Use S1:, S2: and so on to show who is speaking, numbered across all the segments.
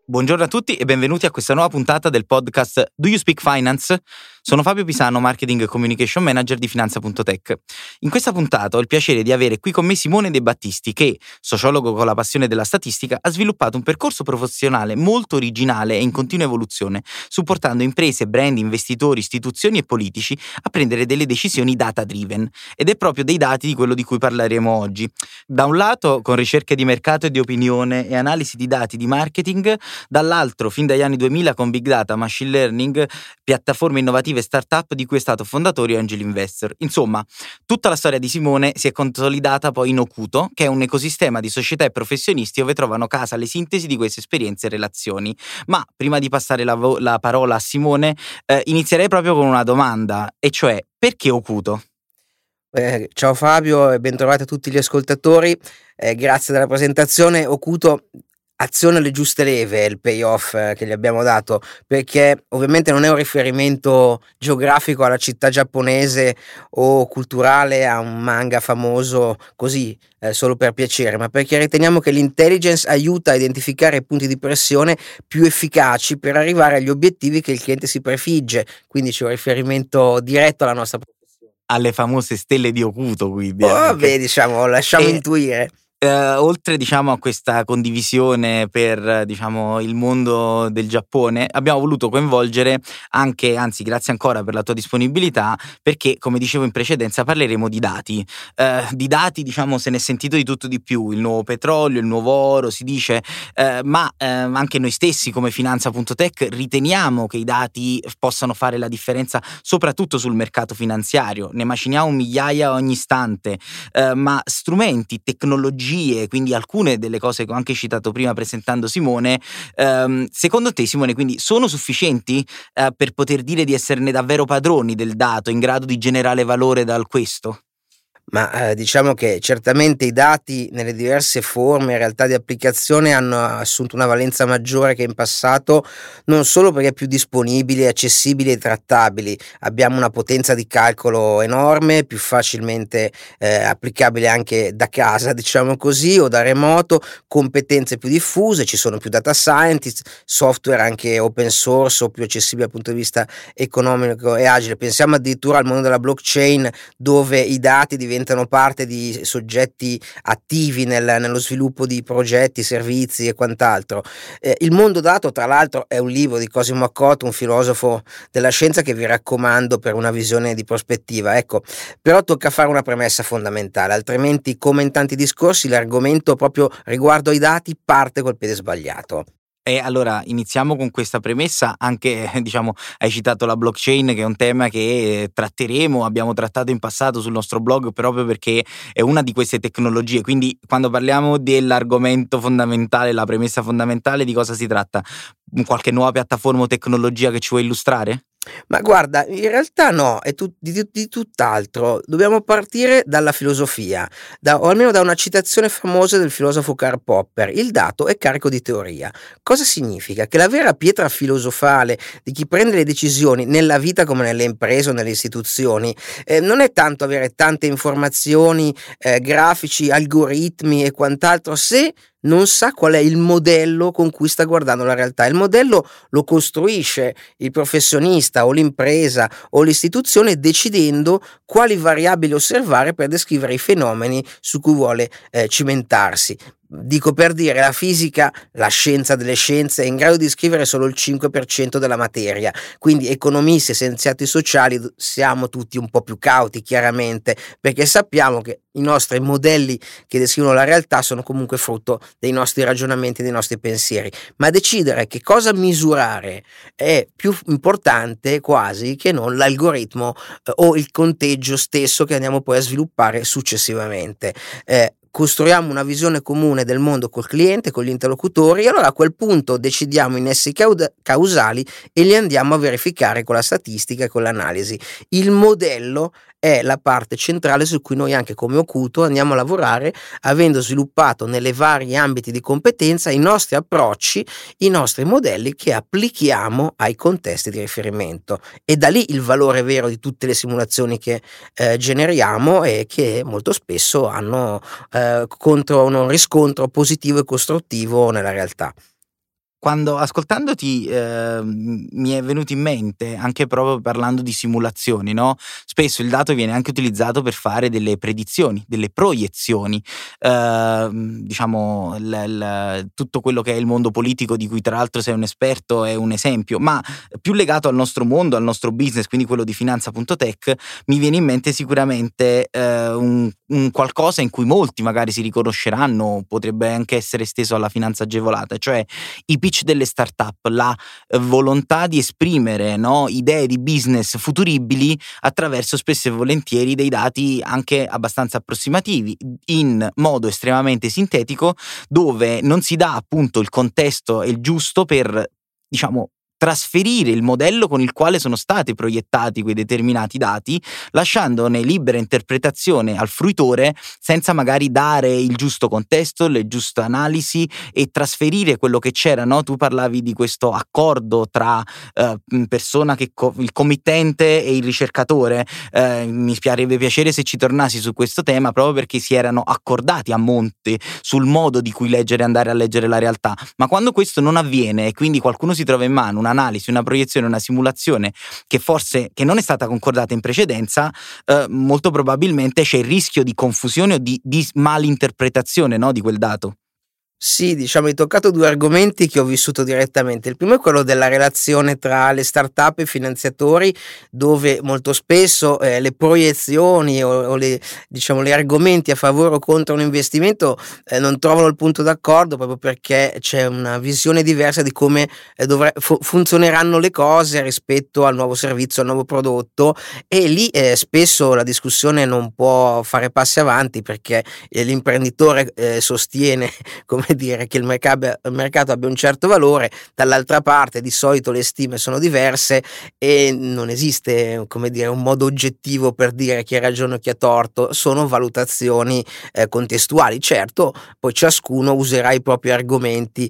S1: Buongiorno a tutti e benvenuti a questa nuova puntata del podcast Do You Speak Finance? Sono Fabio Pisano, Marketing e Communication Manager di Finanza.tech. In questa puntata ho il piacere di avere qui con me Simone De Battisti che, sociologo con la passione della statistica, ha sviluppato un percorso professionale molto originale e in continua evoluzione, supportando imprese, brand, investitori, istituzioni e politici a prendere delle decisioni data-driven. Ed è proprio dei dati di quello di cui parleremo oggi. Da un lato, con ricerche di mercato e di opinione e analisi di dati di marketing, dall'altro, fin dagli anni 2000 con Big Data, Machine Learning, piattaforme innovative e start-up di cui è stato fondatore e angel investor. Insomma, tutta la storia di Simone si è consolidata poi in Ocuto, che è un ecosistema di società e professionisti dove trovano casa le sintesi di queste esperienze e relazioni. Ma prima di passare la parola a Simone, inizierei proprio con una domanda, e cioè, perché Ocuto?
S2: Ciao Fabio e bentrovati a tutti gli ascoltatori, grazie della presentazione. Ocuto aziona le giuste leve, il payoff che gli abbiamo dato, perché ovviamente non è un riferimento geografico alla città giapponese o culturale a un manga famoso così, solo per piacere, ma perché riteniamo che l'intelligence aiuta a identificare i punti di pressione più efficaci per arrivare agli obiettivi che il cliente si prefigge, quindi c'è un riferimento diretto alla nostra professione.
S1: Alle famose stelle di Ocuto, quindi
S2: Vabbè,
S1: anche.
S2: diciamo, lasciamo
S1: E
S2: intuire.
S1: oltre a questa condivisione per il mondo del Giappone, abbiamo voluto coinvolgere anche, anzi grazie ancora per la tua disponibilità, perché come dicevo in precedenza parleremo di dati. Di dati se ne è sentito di tutto di più, il nuovo petrolio, il nuovo oro, si dice, ma anche noi stessi come Finanza.tech riteniamo che i dati possano fare la differenza soprattutto sul mercato finanziario. Ne maciniamo migliaia ogni istante, ma strumenti, tecnologie, quindi alcune delle cose che ho anche citato prima presentando Simone, secondo te Simone quindi sono sufficienti per poter dire di esserne davvero padroni del dato, in grado di generare valore dal questo?
S2: Ma diciamo che certamente i dati nelle diverse forme e realtà di applicazione hanno assunto una valenza maggiore che in passato, non solo perché più disponibili, accessibili e trattabili. Abbiamo una potenza di calcolo enorme, più facilmente applicabile anche da casa, diciamo così, o da remoto, competenze più diffuse, ci sono più data scientist, software anche open source o più accessibili dal punto di vista economico e agile. Pensiamo addirittura al mondo della blockchain, dove i dati diventano parte di soggetti attivi nello sviluppo di progetti, servizi e quant'altro. Il mondo dato, tra l'altro, è un libro di Cosimo Accorto, un filosofo della scienza, che vi raccomando per una visione di prospettiva. Ecco, però tocca fare una premessa fondamentale, altrimenti, come in tanti discorsi, l'argomento proprio riguardo ai dati parte col piede sbagliato.
S1: E allora iniziamo con questa premessa, anche hai citato la blockchain, che è un tema che tratteremo, abbiamo trattato in passato sul nostro blog proprio perché è una di queste tecnologie, quindi quando parliamo dell'argomento fondamentale, la premessa fondamentale, di cosa si tratta? Qualche nuova piattaforma o tecnologia che ci vuoi illustrare?
S2: Ma guarda, in realtà no, è di tutt'altro. Dobbiamo partire dalla filosofia, o almeno da una citazione famosa del filosofo Karl Popper: il dato è carico di teoria. Cosa significa? Che la vera pietra filosofale di chi prende le decisioni nella vita come nelle imprese o nelle istituzioni non è tanto avere tante informazioni, grafici, algoritmi e quant'altro, se non sa qual è il modello con cui sta guardando la realtà. Il modello lo costruisce il professionista o l'impresa o l'istituzione, decidendo quali variabili osservare per descrivere i fenomeni su cui vuole cimentarsi. Dico per dire, la fisica, la scienza delle scienze, è in grado di scrivere solo il 5% della materia, quindi economisti e scienziati sociali siamo tutti un po' più cauti, chiaramente, perché sappiamo che i nostri modelli che descrivono la realtà sono comunque frutto dei nostri ragionamenti, dei nostri pensieri, ma decidere che cosa misurare è più importante quasi che non l'algoritmo o il conteggio stesso che andiamo poi a sviluppare successivamente. Costruiamo una visione comune del mondo col cliente, con gli interlocutori, e allora a quel punto decidiamo i nessi causali e li andiamo a verificare con la statistica e con l'analisi. Il modello è la parte centrale su cui noi, anche come Ocuto, andiamo a lavorare, avendo sviluppato nelle vari ambiti di competenza i nostri approcci, i nostri modelli che applichiamo ai contesti di riferimento. E da lì il valore vero di tutte le simulazioni che generiamo, e che molto spesso hanno contro un riscontro positivo e costruttivo nella realtà.
S1: quando ascoltandoti mi è venuto in mente, anche proprio parlando di simulazioni, no? Spesso il dato viene anche utilizzato per fare delle predizioni, delle proiezioni, diciamo tutto quello che è il mondo politico, di cui tra l'altro sei un esperto, è un esempio, ma più legato al nostro mondo, al nostro business, quindi quello di finanza.tech, mi viene in mente sicuramente un qualcosa in cui molti magari si riconosceranno, potrebbe anche essere esteso alla finanza agevolata, cioè i pitch delle startup, la volontà di esprimere, no, idee di business futuribili attraverso spesso e volentieri dei dati anche abbastanza approssimativi, in modo estremamente sintetico, dove non si dà appunto il contesto e il giusto per, diciamo, trasferire il modello con il quale sono stati proiettati quei determinati dati, lasciandone libera interpretazione al fruitore, senza magari dare il giusto contesto, le giuste analisi e trasferire quello che c'era, no? Tu parlavi di questo accordo tra persona che il committente e il ricercatore, mi farebbe piacere se ci tornassi su questo tema, proprio perché si erano accordati a monte sul modo di cui leggere e andare a leggere la realtà. Ma quando questo non avviene e quindi qualcuno si trova in mano un'analisi, una proiezione, una simulazione che non è stata concordata in precedenza, molto probabilmente c'è il rischio di confusione o di malinterpretazione, no, di quel dato.
S2: Sì, diciamo, hai toccato due argomenti che ho vissuto direttamente. Il primo è quello della relazione tra le start-up e i finanziatori, dove molto spesso le proiezioni o le, diciamo, gli argomenti a favore o contro un investimento non trovano il punto d'accordo, proprio perché c'è una visione diversa di come funzioneranno le cose rispetto al nuovo servizio, al nuovo prodotto, e lì spesso la discussione non può fare passi avanti, perché l'imprenditore sostiene, come dire, che il mercato abbia un certo valore, dall'altra parte di solito le stime sono diverse e non esiste, come dire, un modo oggettivo per dire chi ha ragione o chi ha torto, sono valutazioni contestuali. Certo, poi ciascuno userà i propri argomenti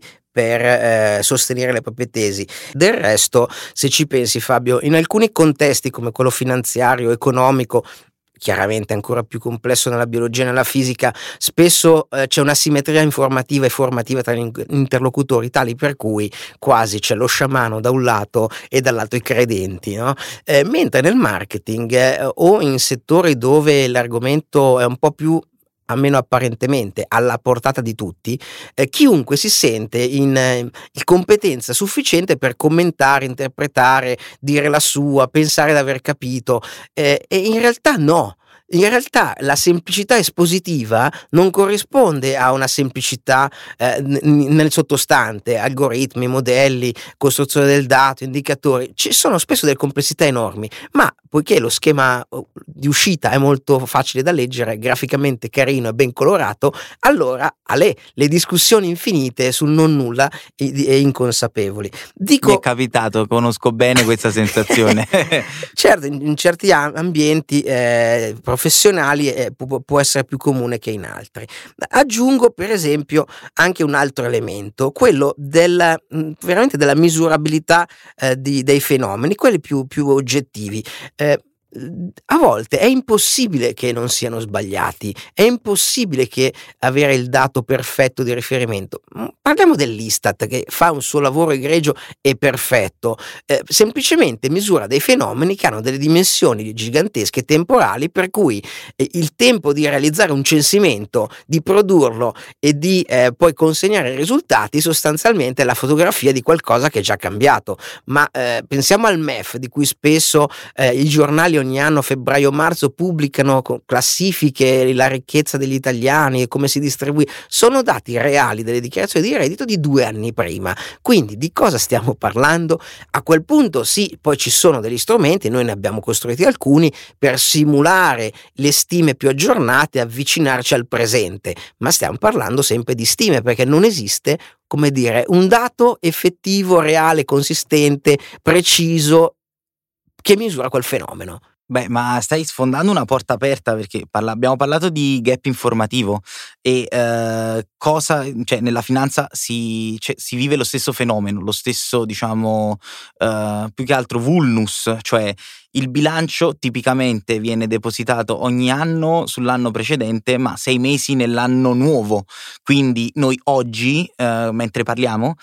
S2: per sostenere le proprie tesi. Del resto, se ci pensi, Fabio, in alcuni contesti come quello finanziario, economico, chiaramente ancora più complesso nella biologia e nella fisica, spesso c'è una simmetria informativa e formativa tra gli interlocutori, tali per cui quasi c'è lo sciamano da un lato e dall'altro i credenti, no? Mentre nel marketing o in settori dove l'argomento è un po' più, almeno apparentemente, alla portata di tutti, chiunque si sente in competenza sufficiente per commentare, interpretare, dire la sua, pensare di aver capito, e in realtà no. In realtà la semplicità espositiva non corrisponde a una semplicità nel sottostante, algoritmi, modelli, costruzione del dato, indicatori. Ci sono spesso delle complessità enormi, ma poiché lo schema di uscita è molto facile da leggere, graficamente carino e ben colorato, allora le discussioni infinite sul non nulla e inconsapevoli.
S1: Mi è capitato, conosco bene questa sensazione.
S2: Certo, in certi ambienti professionali può essere più comune che in altri. Aggiungo per esempio anche un altro elemento, quello veramente della misurabilità dei fenomeni, quelli più oggettivi. A volte è impossibile che non siano sbagliati, è impossibile che avere il dato perfetto di riferimento. Parliamo dell'Istat, che fa un suo lavoro egregio e perfetto, semplicemente misura dei fenomeni che hanno delle dimensioni gigantesche temporali, per cui il tempo di realizzare un censimento, di produrlo e di poi consegnare i risultati sostanzialmente è la fotografia di qualcosa che è già cambiato. Ma pensiamo al MEF, di cui spesso i giornali ogni anno, febbraio-marzo, pubblicano classifiche, la ricchezza degli italiani e come si distribuisce. Sono dati reali delle dichiarazioni di reddito di 2 anni prima. Quindi di cosa stiamo parlando? A quel punto sì, poi ci sono degli strumenti, noi ne abbiamo costruiti alcuni, per simulare le stime più aggiornate e avvicinarci al presente, ma stiamo parlando sempre di stime, perché non esiste, come dire, un dato effettivo, reale, consistente, preciso, che misura quel fenomeno.
S1: Beh, ma stai sfondando una porta aperta, perché abbiamo parlato di gap informativo e cioè nella finanza si vive lo stesso fenomeno, lo stesso, diciamo, più che altro vulnus, cioè Il bilancio tipicamente viene depositato ogni anno sull'anno precedente, ma 6 mesi nell'anno nuovo. Quindi noi oggi, mentre parliamo,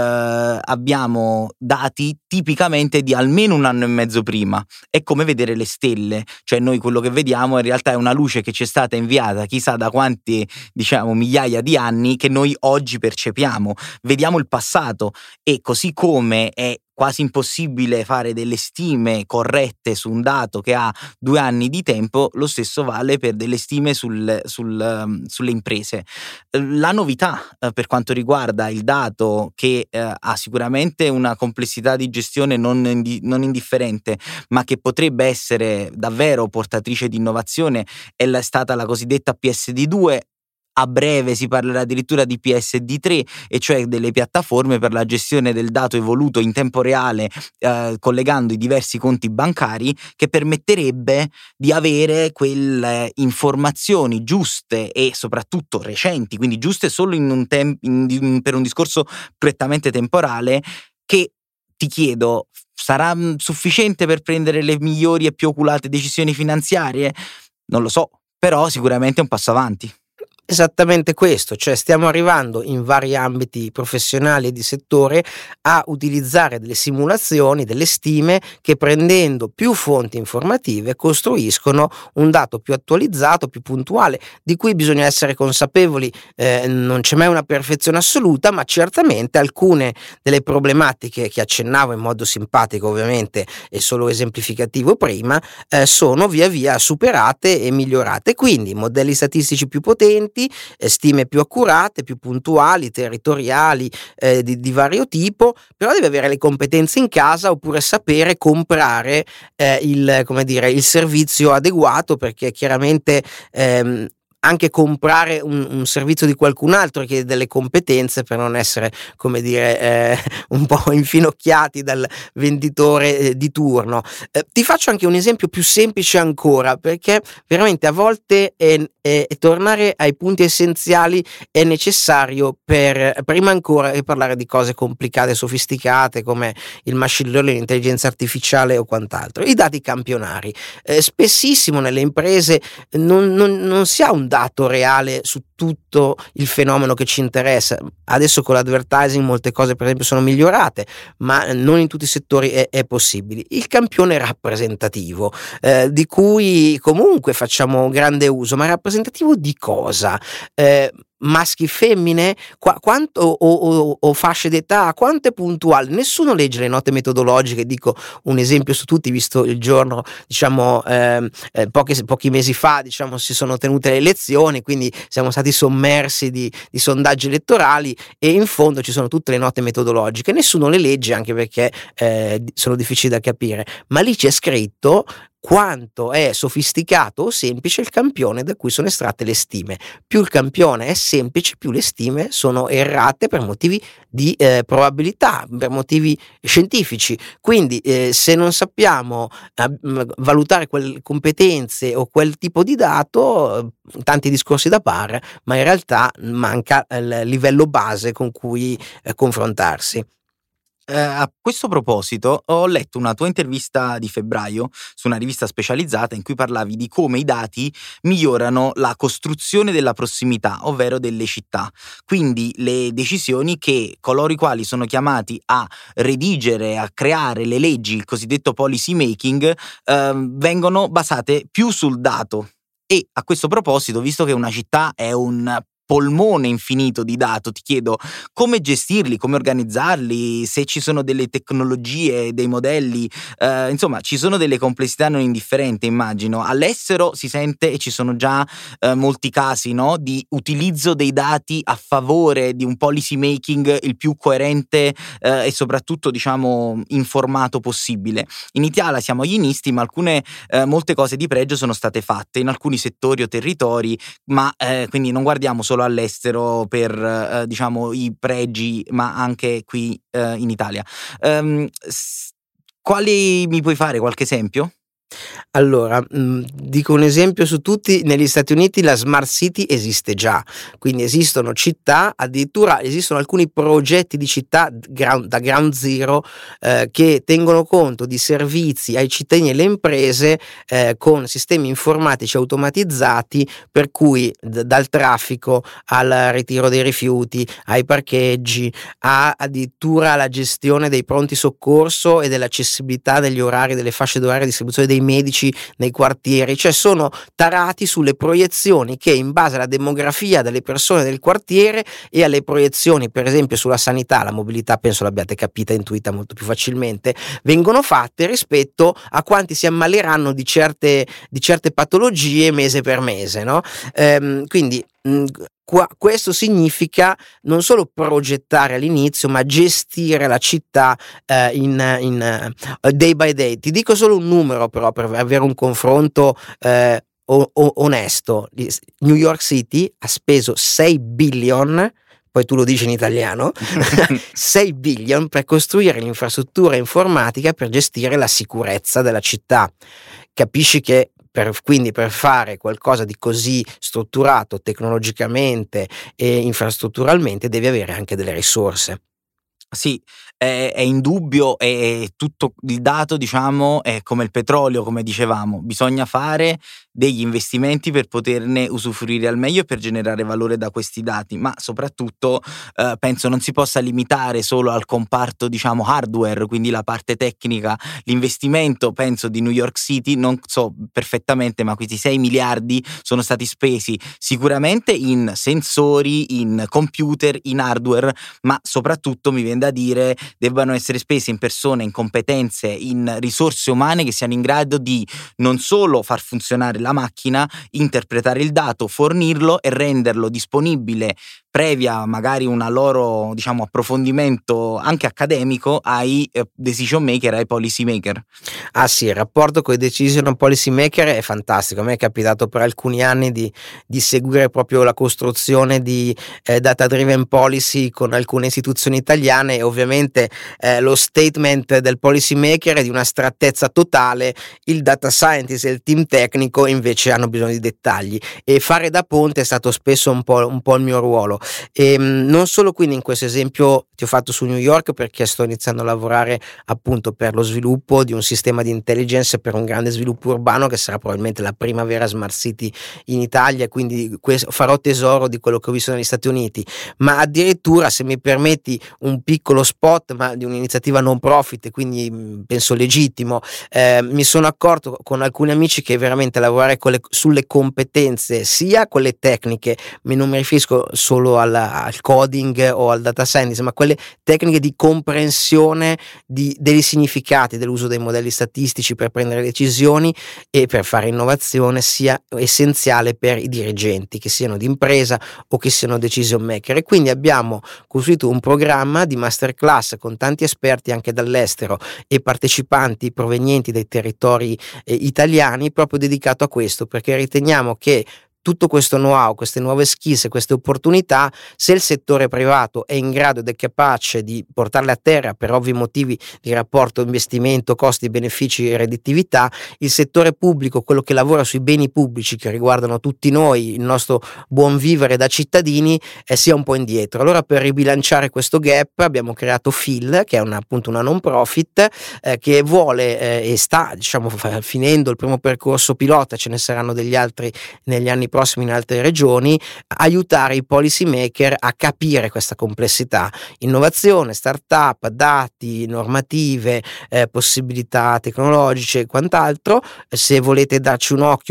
S1: abbiamo dati tipicamente di almeno un anno e mezzo prima. È come vedere le stelle, cioè noi quello che vediamo in realtà è una luce che ci è stata inviata chissà da quanti, diciamo, migliaia di anni, che noi oggi percepiamo. Vediamo il passato, e così come è quasi impossibile fare delle stime corrette su un dato che ha 2 anni di tempo, lo stesso vale per delle stime sulle imprese. La novità per quanto riguarda il dato, che ha sicuramente una complessità di gestione non indifferente, ma che potrebbe essere davvero portatrice di innovazione, è stata la cosiddetta PSD2. A breve si parlerà addirittura di PSD3, e cioè delle piattaforme per la gestione del dato evoluto in tempo reale, collegando i diversi conti bancari, che permetterebbe di avere quelle informazioni giuste e soprattutto recenti, quindi giuste solo per un discorso prettamente temporale, che, ti chiedo, sarà sufficiente per prendere le migliori e più oculate decisioni finanziarie? Non lo so, però sicuramente è un passo avanti.
S2: Esattamente questo, cioè stiamo arrivando in vari ambiti professionali e di settore a utilizzare delle simulazioni, delle stime che, prendendo più fonti informative, costruiscono un dato più attualizzato, più puntuale, di cui bisogna essere consapevoli. Non c'è mai una perfezione assoluta, ma certamente alcune delle problematiche che accennavo in modo simpatico, ovviamente, e solo esemplificativo prima, sono via via superate e migliorate. Quindi modelli statistici più potenti, stime più accurate, più puntuali, territoriali, di vario tipo, però deve avere le competenze in casa, oppure sapere comprare il servizio adeguato, perché chiaramente anche comprare un servizio di qualcun altro richiede delle competenze, per non essere, un po' infinocchiati dal venditore di turno. Ti faccio anche un esempio più semplice ancora, perché veramente a volte tornare ai punti essenziali è necessario, per prima ancora di parlare di cose complicate e sofisticate come il machine learning, l'intelligenza artificiale o quant'altro. I dati campionari. Spessissimo nelle imprese non si ha un dato reale su tutto il fenomeno che ci interessa. Adesso con l'advertising molte cose per esempio sono migliorate, ma non in tutti i settori è possibile. Il campione rappresentativo, di cui comunque facciamo grande uso, ma rappresentativo di cosa? Maschi, femmine, quanto o fasce d'età, quanto è puntuale? Nessuno legge le note metodologiche. Dico un esempio su tutti, visto il giorno, pochi mesi fa, si sono tenute le elezioni, quindi siamo stati sommersi di sondaggi elettorali, e in fondo ci sono tutte le note metodologiche. Nessuno le legge, anche perché sono difficili da capire, ma lì c'è scritto quanto è sofisticato o semplice il campione da cui sono estratte le stime. Più il campione è semplice, più le stime sono errate per motivi di probabilità, per motivi scientifici. Quindi se non sappiamo valutare quelle competenze o quel tipo di dato, tanti discorsi da fare, ma in realtà manca il livello base con cui confrontarsi.
S1: A questo proposito, ho letto una tua intervista di febbraio su una rivista specializzata, in cui parlavi di come i dati migliorano la costruzione della prossimità, ovvero delle città. Quindi le decisioni che coloro i quali sono chiamati a redigere, a creare le leggi, il cosiddetto policy making, vengono basate più sul dato. E a questo proposito, visto che una città è un polmone infinito di dati, ti chiedo come gestirli, come organizzarli, se ci sono delle tecnologie, dei modelli, insomma ci sono delle complessità non indifferenti, immagino. All'estero si sente, e ci sono già molti casi, no, di utilizzo dei dati a favore di un policy making il più coerente e soprattutto, diciamo, informato possibile. In Italia siamo agli inizi, ma molte cose di pregio sono state fatte in alcuni settori o territori, ma quindi non guardiamo solo all'estero per diciamo i pregi, ma anche qui in Italia. Quali mi puoi fare qualche esempio?
S2: Allora, dico un esempio su tutti: negli Stati Uniti la smart city esiste già, quindi esistono città, addirittura esistono alcuni progetti di città da ground zero, che tengono conto di servizi ai cittadini e alle imprese, con sistemi informatici automatizzati, per cui dal traffico al ritiro dei rifiuti, ai parcheggi, a addirittura la gestione dei pronti soccorso e dell'accessibilità degli orari, delle fasce d'orario, distribuzione dei medici nei quartieri, cioè sono tarati sulle proiezioni che, in base alla demografia delle persone del quartiere e alle proiezioni per esempio sulla sanità, la mobilità, penso l'abbiate capita, intuita molto più facilmente, vengono fatte rispetto a quanti si ammaleranno di certe patologie mese per mese, no? Quindi questo significa non solo progettare all'inizio, ma gestire la città day by day. Ti dico solo un numero però per avere un confronto onesto. New York City ha speso 6 billion, poi tu lo dici in italiano, 6 billion per costruire l'infrastruttura informatica per gestire la sicurezza della città. Capisci che quindi per fare qualcosa di così strutturato tecnologicamente e infrastrutturalmente devi avere anche delle risorse.
S1: Sì, è indubbio, e tutto il dato, diciamo, è come il petrolio, come dicevamo, bisogna fare degli investimenti per poterne usufruire al meglio e per generare valore da questi dati, ma soprattutto penso non si possa limitare solo al comparto, diciamo, hardware, quindi la parte tecnica. L'investimento, penso, di New York City, non so perfettamente, ma questi 6 miliardi sono stati spesi sicuramente in sensori, in computer, in hardware, ma soprattutto mi viene da dire debbano essere spese in persone, in competenze, in risorse umane che siano in grado di non solo far funzionare la macchina, interpretare il dato, fornirlo e renderlo disponibile previa magari una loro, diciamo, approfondimento anche accademico ai decision maker, ai policy maker.
S2: Ah sì, il rapporto con i decision policy maker è fantastico. A me è capitato per alcuni anni di seguire proprio la costruzione di data driven policy con alcune istituzioni italiane, e ovviamente lo statement del policy maker è di una strattezza totale, il data scientist e il team tecnico invece hanno bisogno di dettagli, e fare da ponte è stato spesso un po' il mio ruolo. E non solo, quindi in questo esempio ti ho fatto su New York perché sto iniziando a lavorare appunto per lo sviluppo di un sistema di intelligence per un grande sviluppo urbano che sarà probabilmente la prima vera smart city in Italia, quindi farò tesoro di quello che ho visto negli Stati Uniti. Ma addirittura, se mi permetti un piccolo spot, ma di un'iniziativa non profit, quindi penso legittimo, mi sono accorto con alcuni amici che veramente lavorare sulle competenze, sia quelle tecniche, non mi riferisco solo al coding o al data science, ma quelle tecniche di comprensione dei significati dell'uso dei modelli statistici per prendere decisioni e per fare innovazione, sia essenziale per i dirigenti, che siano di impresa o che siano decision maker. E quindi abbiamo costruito un programma di masterclass con tanti esperti anche dall'estero e partecipanti provenienti dai territori italiani, proprio dedicato a questo, perché riteniamo che tutto questo know-how, queste nuove skills e queste opportunità, se il settore privato è in grado ed è capace di portarle a terra per ovvi motivi di rapporto investimento, costi, benefici e redditività, il settore pubblico, quello che lavora sui beni pubblici che riguardano tutti noi, il nostro buon vivere da cittadini, sia un po' indietro. Allora, per ribilanciare questo gap abbiamo creato Phil, che è appunto una non profit che vuole e sta, diciamo, finendo il primo percorso pilota, ce ne saranno degli altri negli anni prossimi in altre regioni, aiutare i policy maker a capire questa complessità: innovazione, startup, dati, normative, possibilità tecnologiche e quant'altro. Se volete darci un occhio,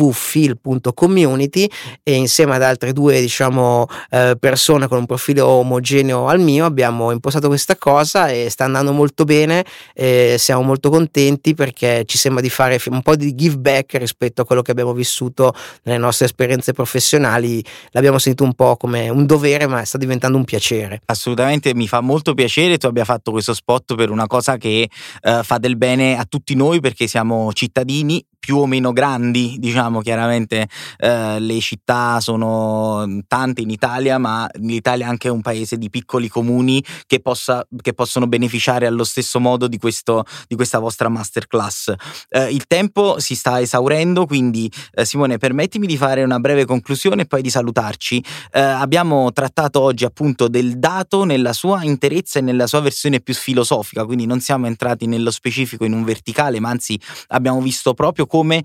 S2: www.phil.community, e insieme ad altre due, diciamo, persone con un profilo omogeneo al mio abbiamo impostato questa cosa e sta andando molto bene, siamo molto contenti perché ci sembra di fare un po' di give back rispetto a quello che abbiamo vissuto nelle nostre esperienze professionali. L'abbiamo sentito un po' come un dovere, ma sta diventando un piacere.
S1: Assolutamente, mi fa molto piacere tu abbia fatto questo spot per una cosa che fa del bene a tutti noi, perché siamo cittadini più o meno grandi, diciamo. Chiaramente le città sono tante in Italia, ma l'Italia è anche un paese di piccoli comuni che possono beneficiare allo stesso modo di questa vostra masterclass. Il tempo si sta esaurendo, quindi Simone, permettimi di fare una breve conclusione e poi di salutarci. Abbiamo trattato oggi appunto del dato nella sua interezza e nella sua versione più filosofica, quindi non siamo entrati nello specifico in un verticale, ma anzi abbiamo visto proprio come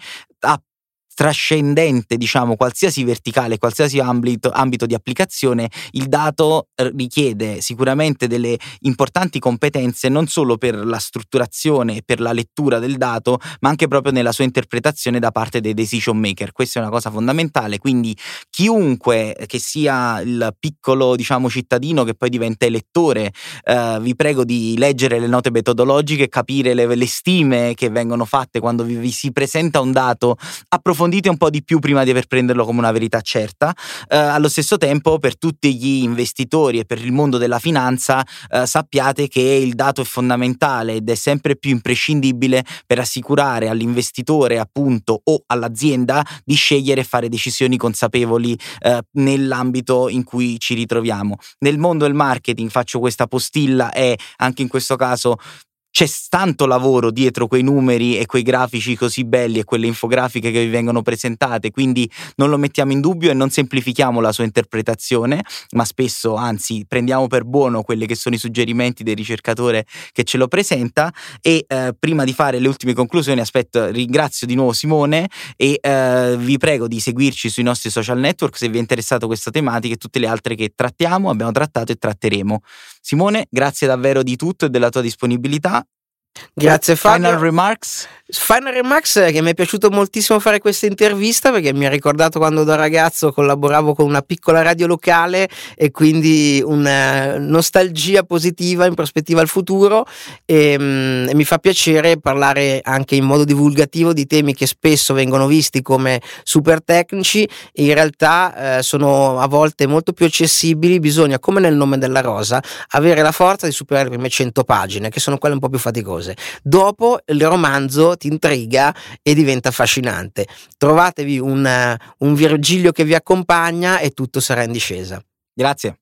S1: trascendente, diciamo, qualsiasi verticale, qualsiasi ambito di applicazione, il dato richiede sicuramente delle importanti competenze non solo per la strutturazione e per la lettura del dato, ma anche proprio nella sua interpretazione da parte dei decision maker. Questa è una cosa fondamentale, quindi chiunque che sia il piccolo, diciamo, cittadino che poi diventa elettore, vi prego di leggere le note metodologiche, capire le stime che vengono fatte quando vi si presenta un dato, approfondite un po' di più prima di aver prenderlo come una verità certa. Allo stesso tempo, per tutti gli investitori e per il mondo della finanza, sappiate che il dato è fondamentale ed è sempre più imprescindibile per assicurare all'investitore, appunto, o all'azienda di scegliere e fare decisioni consapevoli nell'ambito in cui ci ritroviamo. Nel mondo del marketing, faccio questa postilla, e anche in questo caso c'è tanto lavoro dietro quei numeri e quei grafici così belli e quelle infografiche che vi vengono presentate, quindi non lo mettiamo in dubbio e non semplifichiamo la sua interpretazione, ma spesso, anzi, prendiamo per buono quelli che sono i suggerimenti del ricercatore che ce lo presenta. E prima di fare le ultime conclusioni, ringrazio di nuovo Simone e vi prego di seguirci sui nostri social network se vi è interessato questa tematica e tutte le altre che abbiamo trattato e tratteremo. Simone, grazie davvero di tutto e della tua disponibilità.
S2: Grazie Fabio.
S1: Final remarks?
S2: Final remarks è che mi è piaciuto moltissimo fare questa intervista, perché mi ha ricordato quando da ragazzo collaboravo con una piccola radio locale e quindi una nostalgia positiva in prospettiva al futuro, e mi fa piacere parlare anche in modo divulgativo di temi che spesso vengono visti come super tecnici. In realtà sono a volte molto più accessibili. Bisogna, come nel nome della rosa, avere la forza di superare le prime 100 pagine, che sono quelle un po' più faticose. Dopo il romanzo ti intriga e diventa affascinante. Trovatevi un Virgilio che vi accompagna e tutto sarà in discesa.
S1: Grazie.